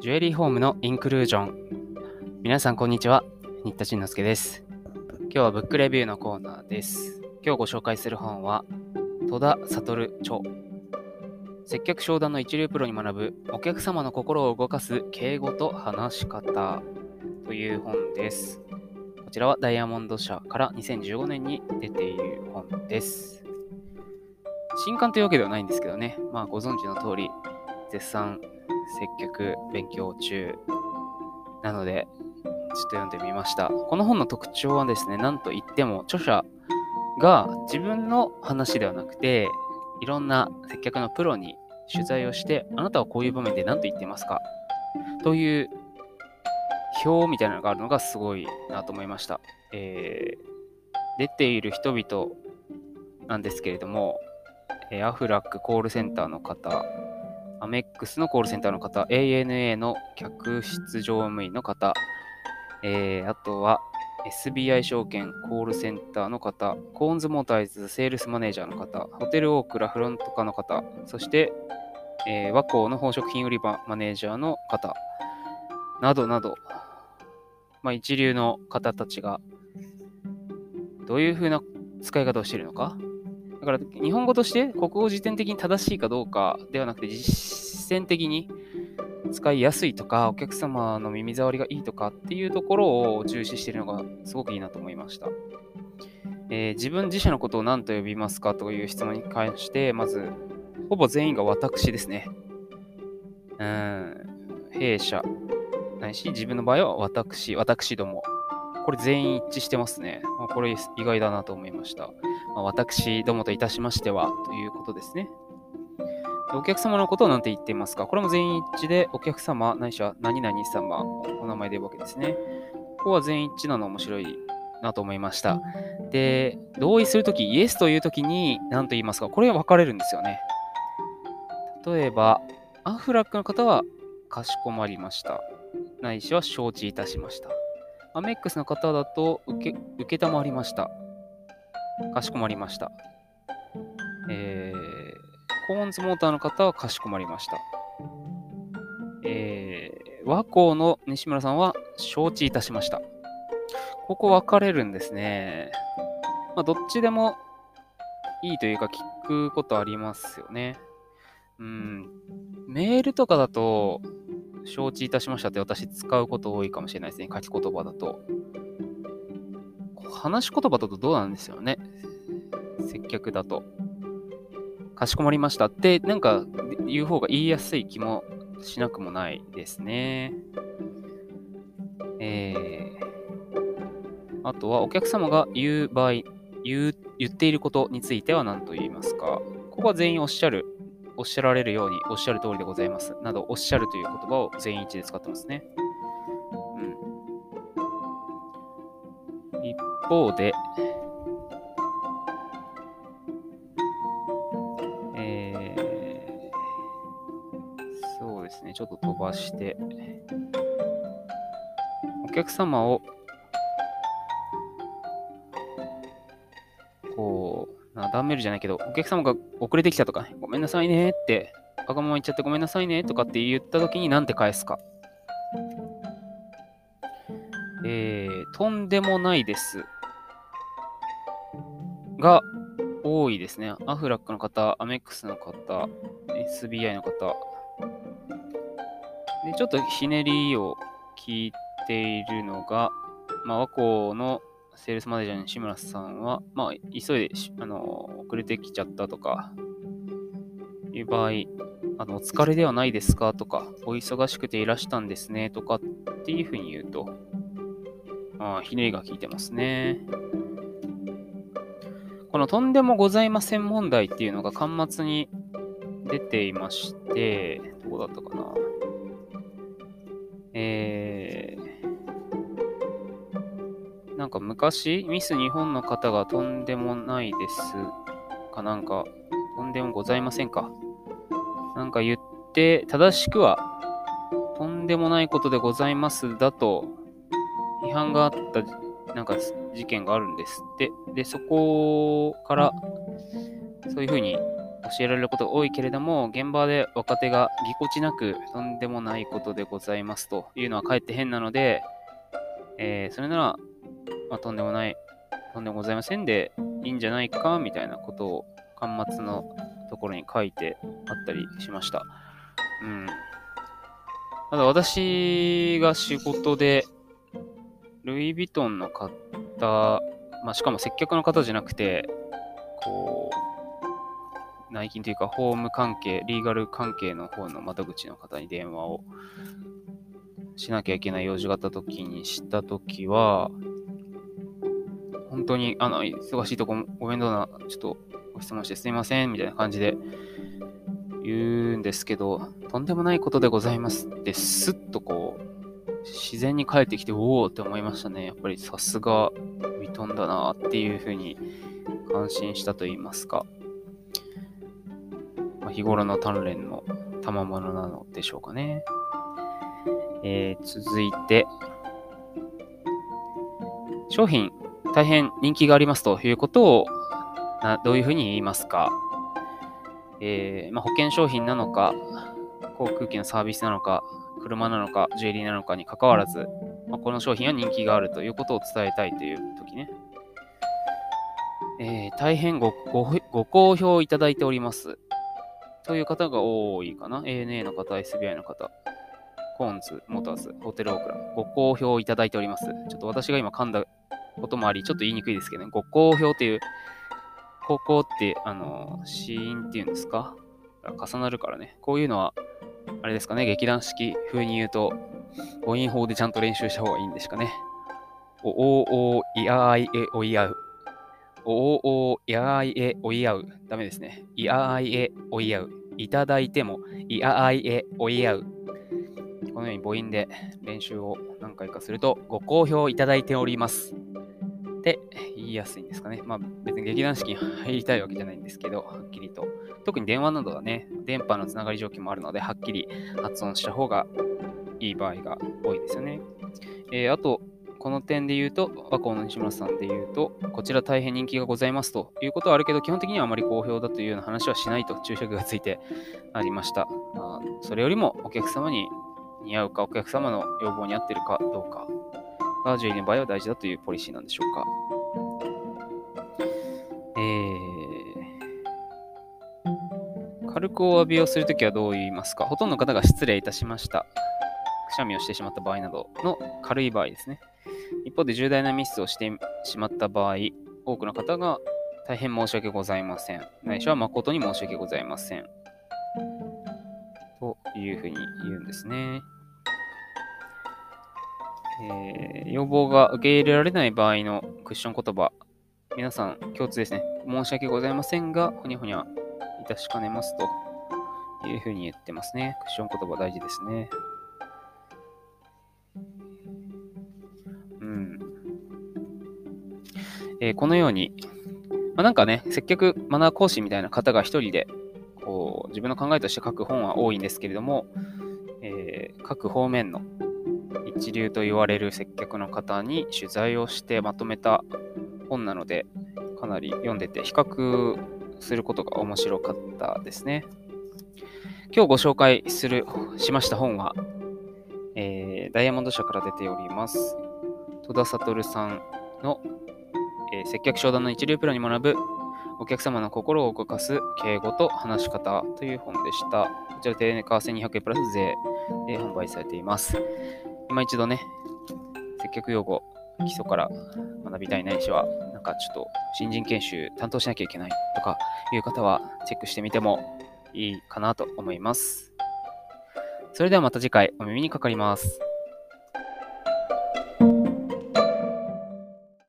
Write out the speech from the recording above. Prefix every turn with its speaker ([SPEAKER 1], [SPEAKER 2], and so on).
[SPEAKER 1] ジュエリーホームのインクルージョン。皆さんこんにちは、新田慎之介です。今日はブックレビューのコーナーです。今日ご紹介する本は戸田悟著、接客商談の一流プロに学ぶお客様の心を動かす敬語と話し方という本です。こちらはダイヤモンド社から2015年に出ている本です。新刊というわけではないんですけどね、ご存知の通り絶賛接客勉強中なのでちょっと読んでみました。この本の特徴はですね、なんといっても著者が自分の話ではなくて、いろんな接客のプロに取材をして、あなたはこういう場面で何と言ってますかという表みたいなのがあるのがすごいなと思いました。出ている人々なんですけれども、アフラックコールセンターの方、アメックスのコールセンターの方、ANA の客室乗務員の方、あとは SBI 証券コールセンターの方、コーンズモーターズセールスマネージャーの方、ホテルオークラフロント課の方、そして、和光の宝飾品売り場マネージャーの方、などなど、一流の方たちがどういう風な使い方をしているのか。だから日本語として国語辞典的に正しいかどうかではなくて、実践的に使いやすいとか、お客様の耳障りがいいとかっていうところを重視しているのがすごくいいなと思いました。自社のことを何と呼びますかという質問に関して、まず、ほぼ全員が私ですね。弊社、ないし、自分の場合は私ども。これ全員一致してますね。これ意外だなと思いました。私どもといたしましては、ということですね。お客様のことを何て言っていますか。これも全員一致で、お客様、ないしは何々様、お名前で言うわけですね。ここは全員一致なの面白いなと思いました。で、同意するとき、イエスというときに何と言いますか。これは分かれるんですよね。例えば、アフラックの方は、かしこまりました。ないしは承知いたしました。アメックスの方だと、受けたまりました。かしこまりました。コーンズモーターの方はかしこまりました。和光の西村さんは承知いたしました。ここ分かれるんですね。どっちでもいいというか聞くことありますよね。メールとかだと承知いたしましたって私使うこと多いかもしれないですね。書き言葉だと。話し言葉だとどうなんですよね。接客だと。かしこまりましたってなんか言う方が言いやすい気もしなくもないですね。あとはお客様が言う場合、言っていることについては何と言いますか。ここは全員おっしゃられるようにおっしゃる通りでございます。など、おっしゃるという言葉を全員一致で使ってますね。一方で、そうですね、ちょっと飛ばして、お客様をなだめるじゃないけど、お客様が遅れてきたとか、ごめんなさいねって、わがまま言っちゃってごめんなさいねとかって言ったときに何て返すか。とんでもないですが多いですね。アフラックの方、アメックスの方、SBI の方。で、ちょっとひねりを聞いているのが、和光のセールスマネージャーの志村さんは、急いで遅れてきちゃったとか、いう場合、お疲れではないですかとか、お忙しくていらしたんですねとかっていうふうに言うと、ひねりが効いてますね。このとんでもございません問題っていうのが巻末に出ていまして、どこだったかな。なんか昔、ミス日本の方がとんでもないですかなんか、とんでもございませんかなんか言って、正しくは、とんでもないことでございますだと、批判があったなんか事件があるんですって。で、そこから、そういうふうに教えられることが多いけれども、現場で若手がぎこちなくとんでもないことでございますというのはかえって変なので、それなら、とんでもございませんでいいんじゃないかみたいなことを端末のところに書いてあったりしました。ただ私が仕事でルイ・ヴィトンの方、しかも接客の方じゃなくて、内勤というかホーム関係、リーガル関係の方の窓口の方に電話をしなきゃいけない用事があった時にした時は、本当に忙しいとこご面倒なちょっとご質問してすいませんみたいな感じで言うんですけど、とんでもないことでございますってスッと自然に返ってきておおって思いましたね。やっぱりさすがヴィトンだなっていうふうに感心したと言いますか、日頃の鍛錬の賜物なのでしょうかね。続いて、商品大変人気がありますということをどういうふうに言いますか。保険商品なのか、航空機のサービスなのか、車なのか、ジュエリーなのかに関わらず、この商品は人気があるということを伝えたいという時ね。大変ご好評いただいておりますという方が多いかな。ANA の方、SBI の方、コーンズ、モーターズ、ホテルオークラ、ご好評いただいております。ちょっと私が今噛んだこともあり、ちょっと言いにくいですけどね、ご好評っていう、高校って、子音っていうんですか、重なるからね。こういうのは、あれですかね、劇団式風に言うと、母音法でちゃんと練習した方がいいんですかね。お、いやいえ、おいあう。お、やいえ、おいあう。ダメですね。いやいえ、おいあう。いただいても、いやいえ、おいあう。このように母音で練習を何回かすると、ご好評いただいております。って言いやすいんですかね。別に劇団式に入りたいわけじゃないんですけど、はっきりと。特に電話などはね、電波のつながり状況もあるので、はっきり発音した方がいい場合が多いですよね。あと、この点で言うと、和光の西村さんで言うと、こちら大変人気がございますということはあるけど、基本的にはあまり好評だというような話はしないと注釈がついてありました。それよりもお客様に似合うか、お客様の要望に合っているかどうかがジュエリーの場合は大事だというポリシーなんでしょうか。軽くお詫びをするときはどう言いますか。ほとんどの方が失礼いたしました。くしゃみをしてしまった場合などの軽い場合ですね。一方で重大なミスをしてしまった場合、多くの方が大変申し訳ございません。ないしは誠に申し訳ございません。というふうに言うんですね。要望が受け入れられない場合のクッション言葉、皆さん共通ですね。申し訳ございませんが、ほにゃほにゃいたしかねますというふうに言ってますね。クッション言葉大事ですね。このように、なんかね、接客マナー講師みたいな方が一人で自分の考えとして書く本は多いんですけれども、各方面の一流と言われる接客の方に取材をしてまとめた本なので、かなり読んでて比較することが面白かったですね。今日ご紹介しました本は、ダイヤモンド社から出ております。戸田悟さんの、接客商談の一流プロに学ぶお客様の心を動かす敬語と話し方という本でした。こちら定価1200円プラス税で販売されています。今一度ね、接客用語基礎から学びたいないしは、なんかちょっと新人研修担当しなきゃいけないとかいう方はチェックしてみてもいいかなと思います。それではまた次回お耳にかかります。